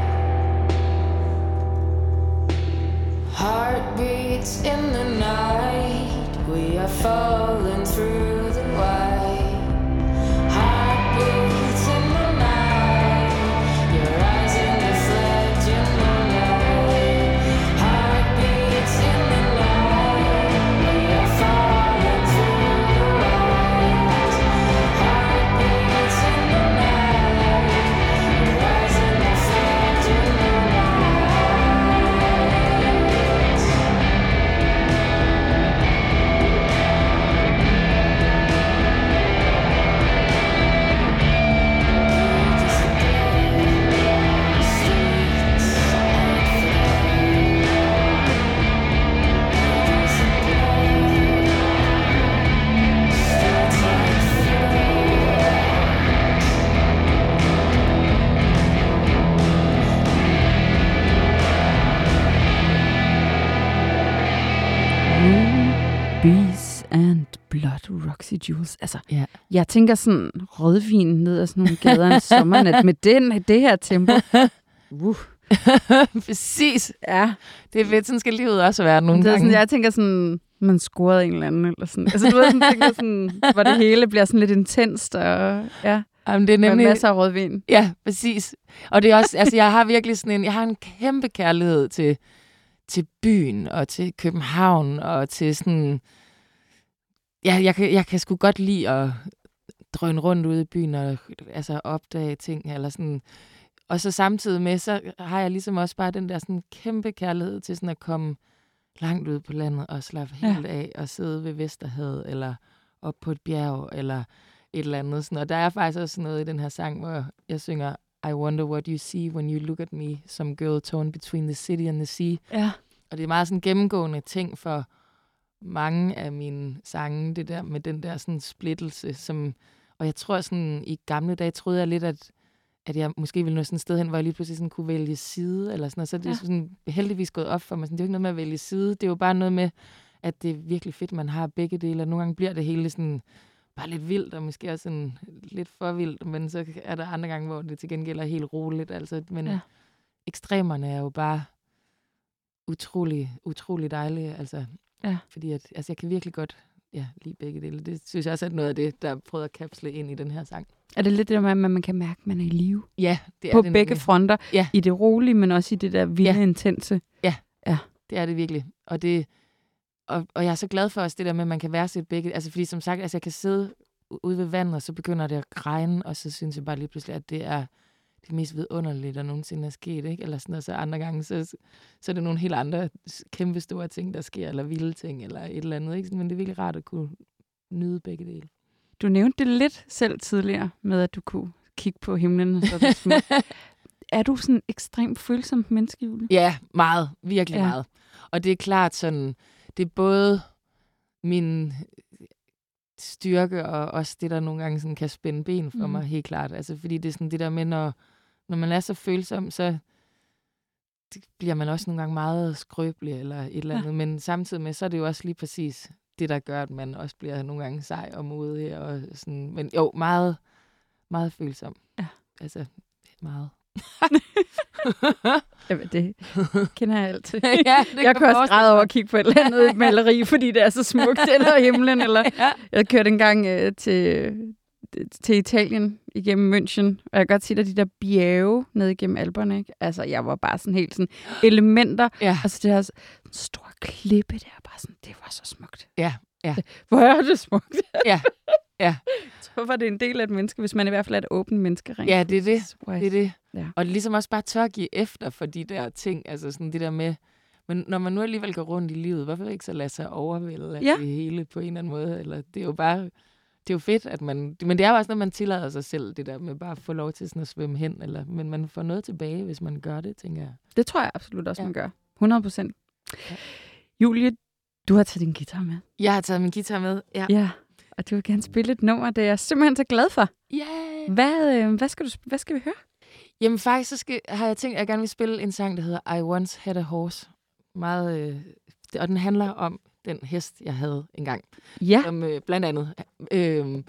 Heartbeats in the night, we are falling through the white. Heartbeats in the night, your eyes in the flat, your moonlight. Heartbeats in the night, we are falling through the white. Heartbeats in the night, your eyes in the flat, your moonlight. Rubies and Blood, Roxy Jules. Altså, Ja. jeg tænker sådan rødvin ned ad sådan nogle gader en sommernat med den, det her tempo. Uh. Præcis. Ja, Det er fedt, sådan skal livet også være nogle det er gange. sådan, jeg tænker sådan, man scorede en eller anden, eller sådan. Altså, du ved, sådan, tænker sådan, hvor det hele bliver sådan lidt intenst, og ja, Jamen, det er med nemlig... masser af rødvin. Ja, præcis. Og det er også, altså jeg har virkelig sådan en, jeg har en kæmpe kærlighed til, til byen og til København og til sådan, ja, jeg kan, jeg kan sgu godt lide at drøne rundt ude i byen og altså opdage ting eller sådan. Og så samtidig med, så har jeg ligesom også bare den der sådan kæmpe kærlighed til sådan at komme langt ud på landet og slappe Ja. helt af og sidde ved Vesterhavet eller op på et bjerg eller et eller andet. Sådan. Og der er faktisk også sådan noget i den her sang, hvor jeg synger I wonder what you see when you look at me, some girl torn between the city and the sea. Ja. Og det er meget sådan gennemgående ting for mange af mine sange, det der med den der sådan splittelse, som, og jeg tror sådan, i gamle dage troede jeg lidt, at, at jeg måske ville nå sådan et sted hen, hvor jeg lige pludselig sådan kunne vælge side, eller sådan, og så er det Ja. sådan heldigvis gået op for mig. Sådan, det er jo ikke noget med at vælge side, det er jo bare noget med, at det er virkelig fedt, man har begge dele, og nogle gange bliver det hele sådan bare lidt vildt, og måske også sådan lidt for vildt, men så er der andre gange, hvor det til gengæld er helt roligt. Altså, men Ja. ekstremerne er jo bare utrolig, utrolig dejlige. Altså, Ja. fordi at, altså, jeg kan virkelig godt ja, lide begge dele. Det synes jeg også er noget af det, der er prøvet at kapsle ind i den her sang. Er det lidt det der med, at man kan mærke, at man er i live? Ja, det er På det begge nemlig. fronter. Ja. I det rolige, men også i det der vilde, Ja. intense. Det er det virkelig. Og, det, og, og jeg er så glad for også det der med, at man kan værdsætte begge. Altså fordi som sagt, altså jeg kan sidde ude ved vandet, og så begynder det at regne, og så synes jeg bare lige pludselig, at det er det mest vidunderlige, der nogensinde er sket. Ikke? Eller sådan, og så andre gange, så, så er det nogle helt andre kæmpe store ting, der sker, eller vilde ting, eller et eller andet. Ikke? Men det er virkelig rart at kunne nyde begge dele. Du nævnte det lidt selv tidligere, med at du kunne kigge på himlen, og så er det smukt. Er du sådan ekstremt følsom menneske, Julie? Ja, meget. Virkelig Ja. ja. meget. Og det er klart sådan, det er både min styrke og også det, der nogle gange sådan kan spænde ben for Mhm. mm. mig, helt klart. Altså, fordi det er sådan det der med, når, når man er så følsom, så det bliver man også nogle gange meget skrøbelig eller et eller andet. Ja. Men samtidig med, så er det jo også lige præcis det, der gør, at man også bliver nogle gange sej og modig. Og sådan. Men jo, meget, meget følsom. Ja. Altså, meget. Jamen, det kender jeg altid. ja, det Jeg kan også forestille græde over mig. at kigge på et eller andet maleri, fordi det er så smukt, eller himlen. Eller Ja. jeg kørte engang øh, til, til Italien igennem München, og jeg kan godt se, der de der bjerge ned igennem Alperne. Ikke? Altså, jeg var bare sådan helt sådan elementer. Ja. Altså, det her store klippe der, bare sådan, det var så smukt. Ja, ja. Hvor er det smukt. Ja, ja. Så var det en del af et menneske, hvis man i hvert fald er et åbent menneske. rent Ja, det er det. fysisk. Det er det. Ja. Og ligesom også bare tør at give efter for de der ting. Altså sådan det der med, men når man nu alligevel går rundt i livet, hvorfor ikke så lade sig overvælde af Ja. det hele på en eller anden måde? Eller det er jo bare, det er jo fedt, at man, men det er jo også, når man tillader sig selv det der med bare at få lov til sådan at svømme hen, eller, men man får noget tilbage, hvis man gør det, tænker jeg. Det tror jeg absolut også, Ja. man gør. hundrede procent. Ja. Julie, du har taget din guitar med. Jeg har taget min guitar med. Ja. Ja, og du vil gerne spille et nummer, det er jeg simpelthen så glad for. Yeah. Hvad, øh, hvad, skal, du, sp- hvad skal vi høre? Jamen faktisk så skal, har jeg tænkt, at jeg gerne vil spille en sang, der hedder I Once Had a Horse. Meget, øh, det, og den handler om den hest, jeg havde engang. Ja, Som øh, blandt andet, øh,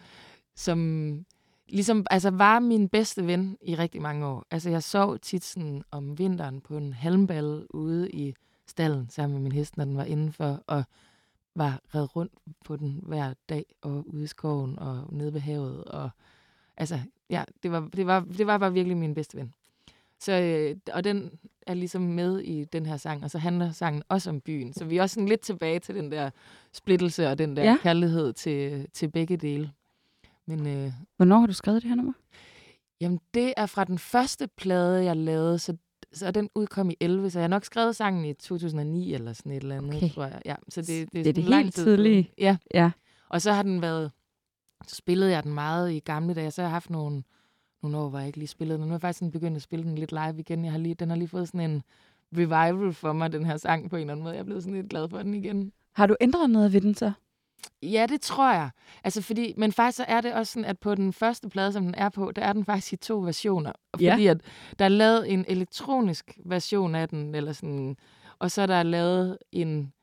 som ligesom altså, var min bedste ven i rigtig mange år. Altså jeg sov tit sådan om vinteren på en halmballe ude i stallen sammen med min hest, når den var indenfor, og var red rundt på den hver dag, og ude i skoven, og nede ved havet, og altså, ja, det var, det var, det var bare virkelig min bedste ven. Så, øh, og den er ligesom med i den her sang, og så handler sangen også om byen. Så vi er også sådan lidt tilbage til den der splittelse, og den der Ja. ja. kærlighed til, til begge dele. Men øh, hvornår har du skrevet det her nummer? jamen, det er fra den første plade, jeg lavede, så, så den udkom i elleve, så jeg har nok skrevet sangen i to tusind og ni, eller sådan et eller andet, Okay. tror jeg. Ja, så det, det, Det er sådan det lang helt tid siden. tidlige. Ja. Ja. Og så har den været, så spillede jeg den meget i gamle dage, så har jeg haft nogle, nogle år, hvor jeg ikke lige spillede den. Nu er jeg faktisk sådan begyndt at spille den lidt live igen. Jeg har lige, den har lige fået sådan en revival for mig, den her sang på en eller anden måde. Jeg er blevet sådan lidt glad for den igen. Har du ændret noget ved den så? Ja, det tror jeg. Altså fordi, men faktisk så er det også sådan, at på den første plade, som den er på, der er den faktisk i to versioner. Ja. Fordi at der er lavet en elektronisk version af den, eller sådan, og så er der lavet en,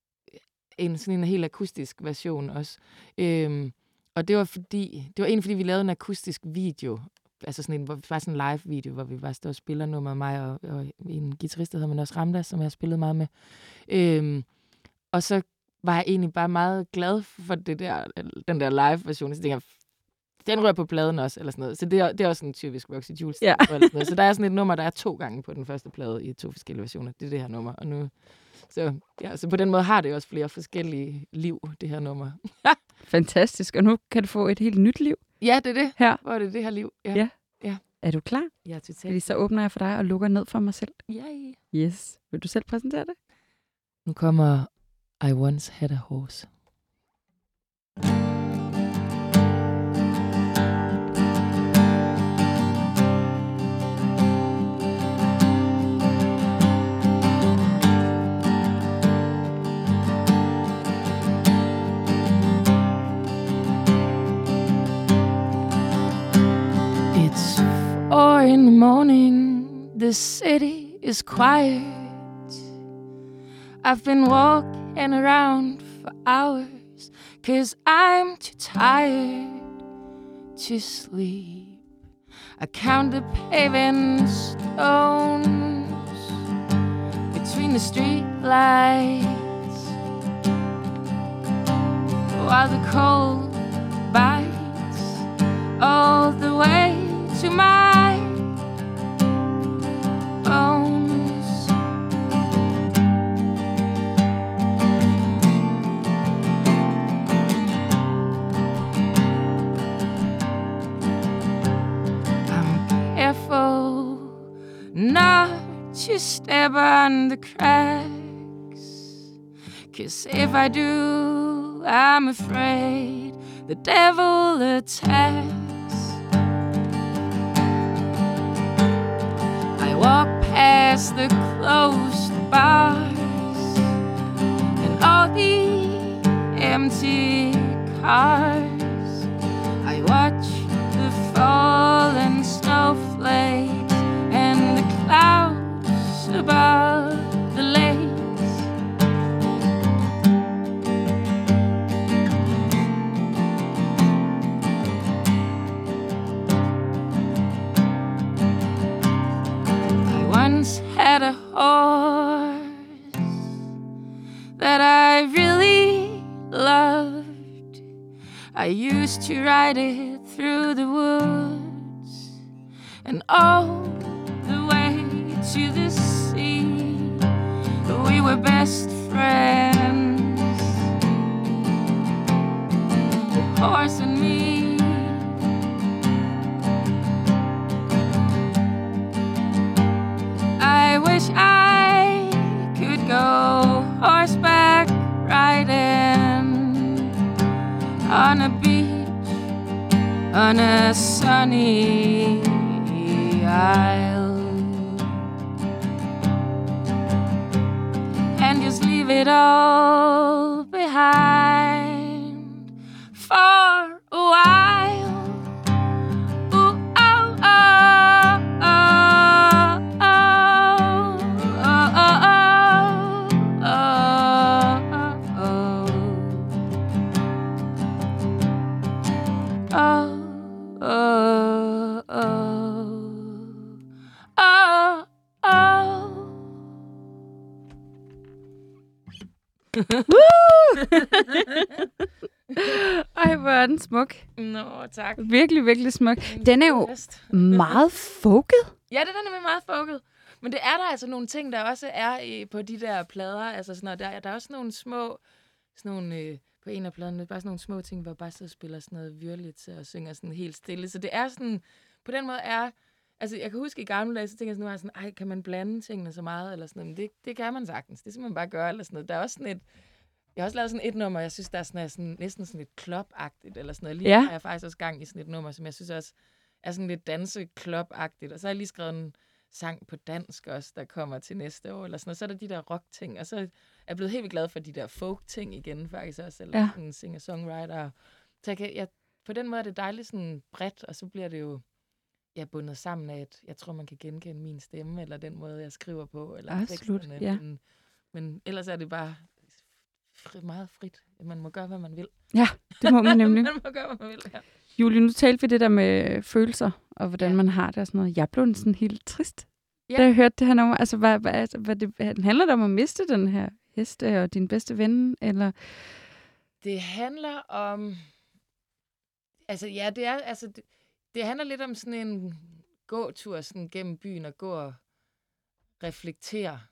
en sådan en helt akustisk version også. Øhm, og det var fordi, det var egentlig fordi, vi lavede en akustisk video, altså sådan en, hvor, bare sådan en live video, hvor vi bare stod og spiller nummer, mig og, og en guitarist, der hedder man også Ramdas, som jeg har spillet meget med. Øhm, og så var jeg egentlig bare meget glad for det der, den der live-version. Så tænkte jeg, den rører på pladen også, eller sådan noget. Så det er, det er også en typisk Roxy Jules. Ja. Så der er sådan et nummer, der er to gange på den første plade i to forskellige versioner. Det er det her nummer. Og nu, så, ja, så på den måde har det også flere forskellige liv, det her nummer. Fantastisk, og nu kan du få et helt nyt liv Ja, det er det. her. Hvor er det det her liv? Ja. Er du klar? Ja, Fordi totalt. så åbner jeg for dig og lukker ned for mig selv. Yay. Yes. Vil du selv præsentere det? Nu kommer I Once Had a Horse. It's four in the morning, the city is quiet. I've been walking around for hours 'cause I'm too tired to sleep. I count the paving stones between the street lights while the cold bites all the way to my bones. I'm careful not to step on the cracks, 'cause if I do, I'm afraid the devil attacks. I walk past the closed bars and all the empty cars. I watch the fallen snowflakes and the clouds above the lakes. Once had a horse that I really loved. I used to ride it through the woods and all the way to the sea. We were best friends, the horse and me. I wish I could go horseback riding on a beach on a sunny isle and just leave it all behind for a while. Ej, hvor er den smuk. Nå, tak. Virkelig, virkelig smuk. Den er jo meget folket. Ja, det er nemlig meget folket. Men det er der altså nogle ting, der også er i, på de der plader. Altså sådan, der, der er også nogle små, sådan nogle, øh, på en af pladerne, bare sådan nogle små ting, hvor jeg bare så spiller sådan noget virligt og synger sådan helt stille. Så det er sådan, på den måde er, altså jeg kan huske i gamle dage, så tænker jeg sådan, nu er jeg sådan, ej, kan man blande tingene så meget, eller sådan noget. Men det, det kan man sagtens. Det skal man bare gøre, eller sådan noget. Der er også sådan et, jeg har også lavet sådan et nummer, jeg synes, der er sådan, sådan næsten sådan lidt club-agtigt, eller sådan noget. Lige ja. har jeg faktisk også gang i sådan et nummer, som jeg synes også er sådan lidt danse-club-agtigt. Og så har jeg lige skrevet en sang på dansk også, der kommer til næste år, eller sådan noget. Så er der de der rock-ting, og så er jeg blevet helt vildt glad for de der folk-ting igen, faktisk også, eller ja. sådan singer-songwriter. Så jeg kan, jeg, på den måde er det dejligt sådan bredt, og så bliver det jo ja, bundet sammen af, at jeg tror, man kan genkende min stemme, eller den måde, jeg skriver på, eller teksterne. Ja. Men, men ellers er det bare fri, meget frit. Man må gøre, hvad man vil. Ja, det må man nemlig. Man må gøre, hvad man vil, ja. Julie, nu talte vi det der med følelser, og hvordan ja. man har det og sådan noget. Jeg blev sådan helt trist, ja. da jeg hørte det her nummer. Altså, hvad, hvad, altså, hvad det, handler det om at miste den her hest og din bedste ven, eller? Det handler om... Altså, ja, det er... Altså, det, det handler lidt om sådan en gåtur sådan gennem byen og gå og reflektere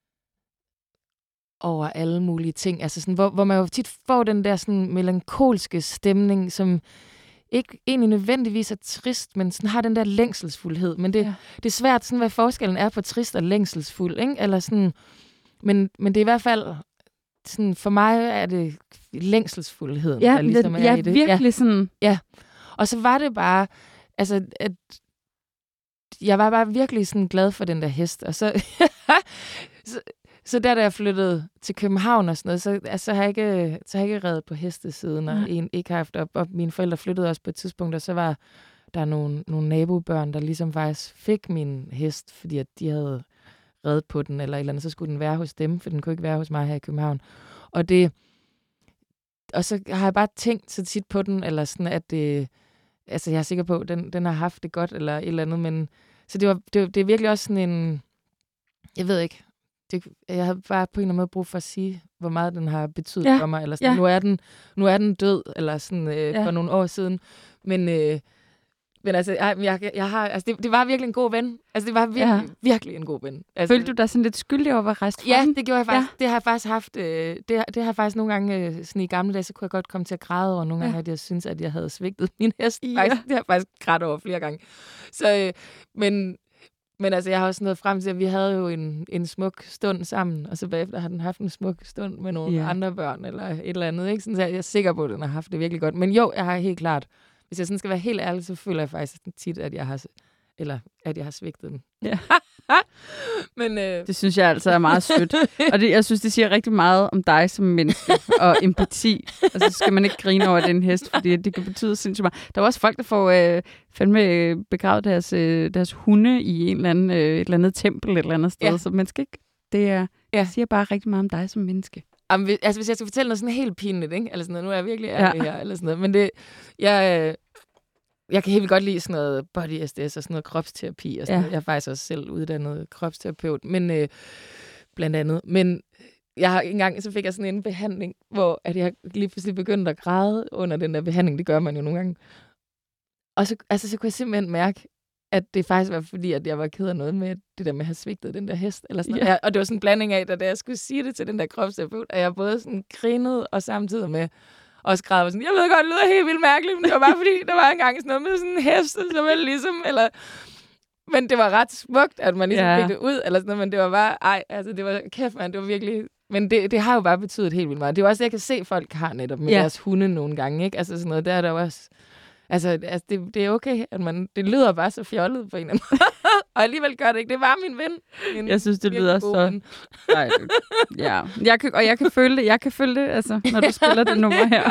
over alle mulige ting. Altså sådan, hvor, hvor man jo tit får den der sådan melankolske stemning, som ikke egentlig nødvendigvis er trist, men sådan har den der længselsfuldhed. Men det, ja. det er svært, sådan, hvad forskellen er på trist og længselsfuld. Ikke? Eller sådan, men, men det er i hvert fald, sådan, for mig er det længselsfuldheden, ja, der ligesom det, er ja, i det. Virkelig ja, sådan. Ja, og så var det bare, altså, at jeg var bare virkelig sådan glad for den der hest. Og så, så, så der, da jeg flyttede til København og sådan noget, så, altså, så har jeg ikke, så har jeg ikke reddet på hestesiden, og en, ikke haft op. Og mine forældre flyttede også på et tidspunkt, og så var der nogle, nogle nabobørn, der ligesom faktisk fik min hest, fordi at de havde reddet på den, eller et eller andet, så skulle den være hos dem, for den kunne ikke være hos mig her i København. Og det, og så har jeg bare tænkt så tit på den, eller sådan, at det, altså jeg er sikker på, at den, den har haft det godt, eller et eller andet, men så det, var, det, det er virkelig også sådan en, jeg ved ikke, det, jeg havde bare på en eller anden måde brug for at sige, hvor meget den har betydet Ja. for mig, eller sådan, Ja. nu, er den, nu er den død, eller sådan, øh, Ja. for nogle år siden, men... Øh, Men altså, jeg, jeg, jeg har, altså det, det var virkelig en god ven. Altså, det var virkelig, Ja. ja. virkelig en god ven. Altså, Følte du dig sådan lidt skyldig over at være rejst fra Ja, den? det gjorde jeg faktisk. Ja. Det har jeg faktisk haft. Øh, det, har- det har jeg faktisk nogle gange, øh, sådan i gamle dage, så kunne jeg godt komme til at græde over nogle Ja. gange, at jeg synes, at jeg havde svigtet min hest. Ja. Faktisk, det har jeg faktisk grædt over flere gange. Så, øh, men, men altså, jeg har også nået frem til, at vi havde jo en, en smuk stund sammen, og så bagefter har den haft en smuk stund med nogle Ja. andre børn, eller et eller andet. Ikke? Sådan, så jeg er sikker på, at den har haft det virkelig godt. Men jo, jeg har helt klart, hvis jeg sådan skal være helt ærlig, så føler jeg faktisk tit, at jeg har, eller at jeg har svigtet den. Ja. Men, øh, Det synes jeg altså er meget sødt. Og det, jeg synes, det siger rigtig meget om dig som menneske og empati. Altså, så skal man ikke grine over den hest, fordi det kan betyde sindssygt meget. Der er også folk, der får øh, fandme øh, begravet deres, øh, deres hunde i en eller anden, øh, et eller andet tempel et eller andet sted. Ja. Så man skal ikke... Det, er, Ja. det siger bare rigtig meget om dig som menneske. Jamen, hvis- altså, hvis jeg skal fortælle noget sådan helt pinligt, ikke? Eller sådan noget, nu er jeg virkelig ærlig Ja. her, eller sådan noget. Men det, jeg, øh, jeg kan helt vildt godt lide sådan noget body S D S og sådan noget kropsterapi og sådan Ja. noget. Jeg er faktisk også selv uddannet kropsterapeut, men øh, blandt andet. Men jeg har engang, så fik jeg sådan en behandling, hvor at jeg lige pludselig begyndte at græde under den der behandling. Det gør man jo nogle gange. Og så, altså, så kunne jeg simpelthen mærke, at det faktisk var fordi, at jeg var ked af noget med det der med at have svigtet den der hest. Eller sådan Ja. noget. Og det var sådan en blanding af, da jeg skulle sige det til den der kropsterapeut, at jeg både sådan grinede og samtidig med også græd. Sådan, jeg ved godt, det lyder helt vildt mærkeligt, men det var bare fordi, der var engang sådan noget med sådan en hest, som vel ligesom, eller... Men det var ret smukt, at man ligesom Ja. ja. fik det ud, eller sådan noget, men det var bare, ej, altså det var kæft, man, det var virkelig... Men det, det har jo bare betydet helt vildt meget. Det er jo også, jeg kan se, folk har netop med Ja. deres hunde nogle gange, ikke? Altså sådan noget, der er der jo også... Altså, altså det, det er okay, at man... Det lyder bare så fjollet på en eller anden måde. Og alligevel gør det ikke. Det var min ven. Min Jeg synes, det virkelig lyder gode så... ven. Nej, ja. Jeg kan, og jeg kan føle det. Jeg kan føle det, altså, når du spiller det nummer her.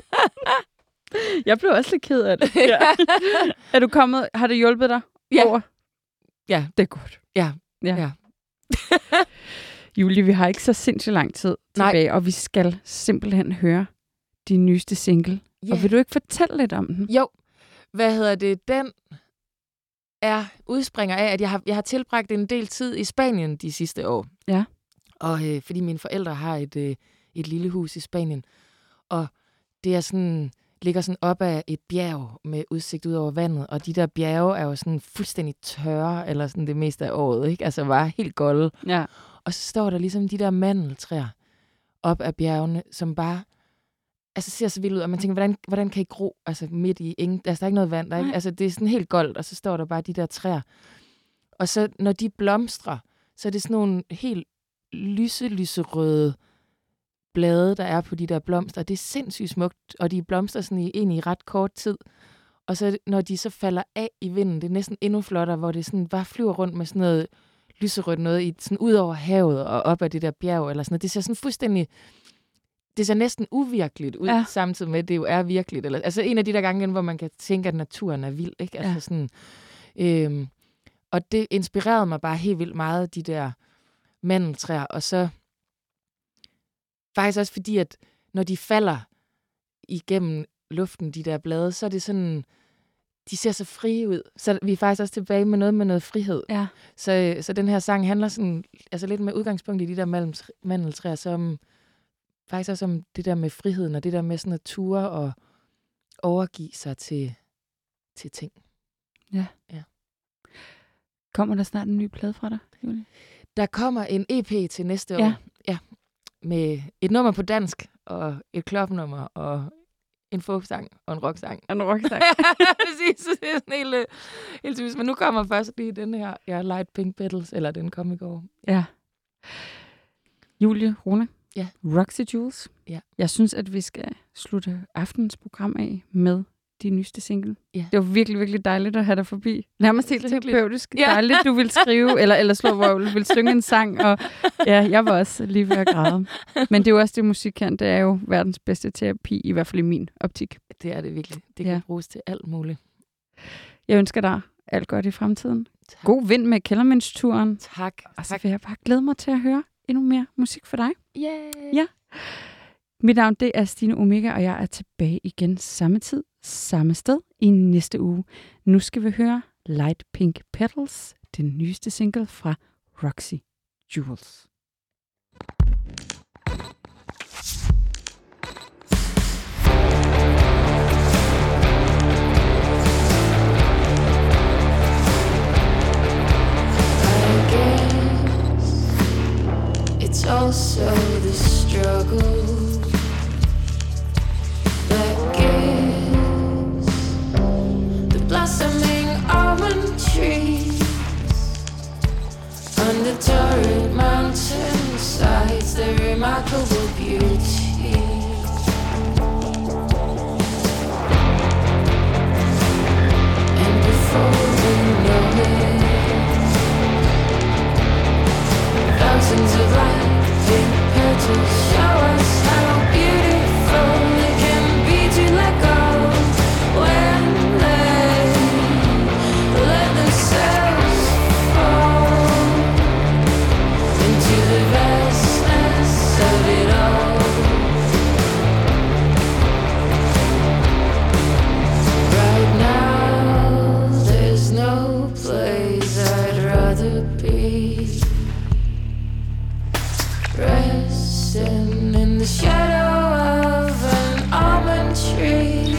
Jeg blev også lidt ked af det. Ja. Er du kommet... Har det hjulpet dig Ja. over? Ja. Det er godt. Ja. Ja. Ja. Julie, vi har ikke så sindssygt lang tid Nej. tilbage, og vi skal simpelthen høre din nyeste single. Ja. Og vil du ikke fortælle lidt om den? Jo, hvad hedder det? Den er udspringer af, at jeg har, jeg har tilbragt en del tid i Spanien de sidste år. Ja. Og øh, fordi mine forældre har et, øh, et lille hus i Spanien. Og det er sådan, ligger sådan op ad et bjerg med udsigt ud over vandet. Og de der bjerge er jo sådan fuldstændig tørre, eller sådan det meste af året, ikke? Altså bare helt golde. Ja. Og så står der ligesom de der mandeltræer op ad bjergene, som bare altså ser så vildt ud, og man tænker, hvordan, hvordan kan I gro altså midt i ingen, altså der er ikke noget vand, der er ikke, altså det er sådan helt goldt, og så står der bare de der træer. Og så når de blomstrer, så er det sådan nogle helt lyse, lyserøde blade, der er på de der blomster. Det er sindssygt smukt, og de blomstrer sådan i, egentlig i ret kort tid. Og så når de så falder af i vinden, det er næsten endnu flottere, hvor det sådan bare flyver rundt med sådan noget lyserødt noget i, sådan ud over havet og op ad det der bjerg eller sådan noget. Det ser sådan fuldstændig, det ser næsten uvirkeligt ud, Ja. samtidig med, at det jo er virkeligt. Eller, altså en af de der gange, hvor man kan tænke, at naturen er vild, ikke? Altså Ja. sådan, øhm, og det inspirerede mig bare helt vildt meget, de der mandeltræer. Og så faktisk også fordi, at når de falder igennem luften, de der blade, så er det sådan, de ser så frie ud. Så vi er faktisk også tilbage med noget med noget frihed. Ja. Så, så den her sang handler sådan, altså lidt med udgangspunkt i de der malm- mandeltræer, som faktisk også om det der med friheden, og det der med sådan at ture og overgive sig til, til ting. Kommer der snart en ny plade fra dig, Julie? Der kommer en E P til næste Ja. år. Ja. Med et nummer på dansk, og et klubnummer, og en folksang og en rocksang. En rocksang. Præcis, så det er sådan helt, øh, helt typisk. Men nu kommer først lige den her, ja, Light Pink Petals, eller den kom i går. Ja. Julie Rune. Ja. Roxy Jules. Ja. Jeg synes, at vi skal slutte aftenens program af med din nyeste single. Ja. Det var virkelig, virkelig dejligt at have dig forbi. Nærmest helt Så hyggeligt. terapeutisk. Ja. Dejligt, du ville skrive, eller, eller slå, hvor du ville synge en sang. Og ja, jeg var også lige ved at græde. Men det er jo også det, musik kan. Det er jo verdens bedste terapi, i hvert fald i min optik. Det er det virkelig. Det Ja. kan bruges til alt muligt. Jeg ønsker dig alt godt i fremtiden. Tak. God vind med Kellermans-turen. Tak. Og så tak. vil jeg bare glæde mig til at høre endnu mere musik for dig. Yeah. Ja. Mit navn det er Stine Omega, og jeg er tilbage igen samme tid, samme sted i næste uge. Nu skal vi høre Light Pink Petals, den nyeste single fra Roxy Jewels. It's also the struggle that gives the blossoming almond trees under turret mountainsides their remarkable beauty. And before we know it, thousands of light pink petals show us how beautiful it can be to let go when they let themselves fall into the vastness of it all. Right now, there's no place I'd rather be. Resting in the shadow of an almond tree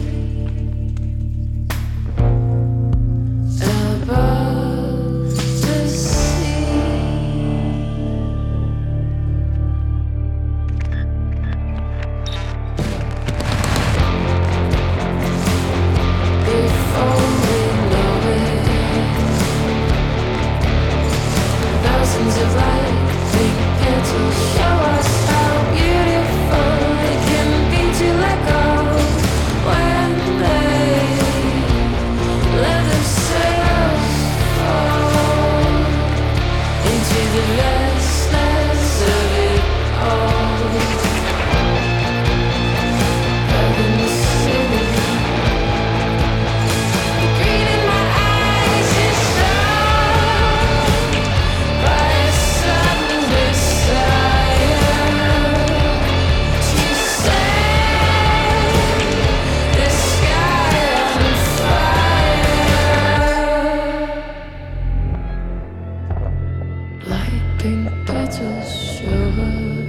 above the sea. Before we know it, thousands of light pink petals show us how beautiful it can be to let go when they let themselves fall into the vastness of it all. Up in the city, the green in my eyes is stuck by a sudden desire to set the sky on fire. Light pink petals show us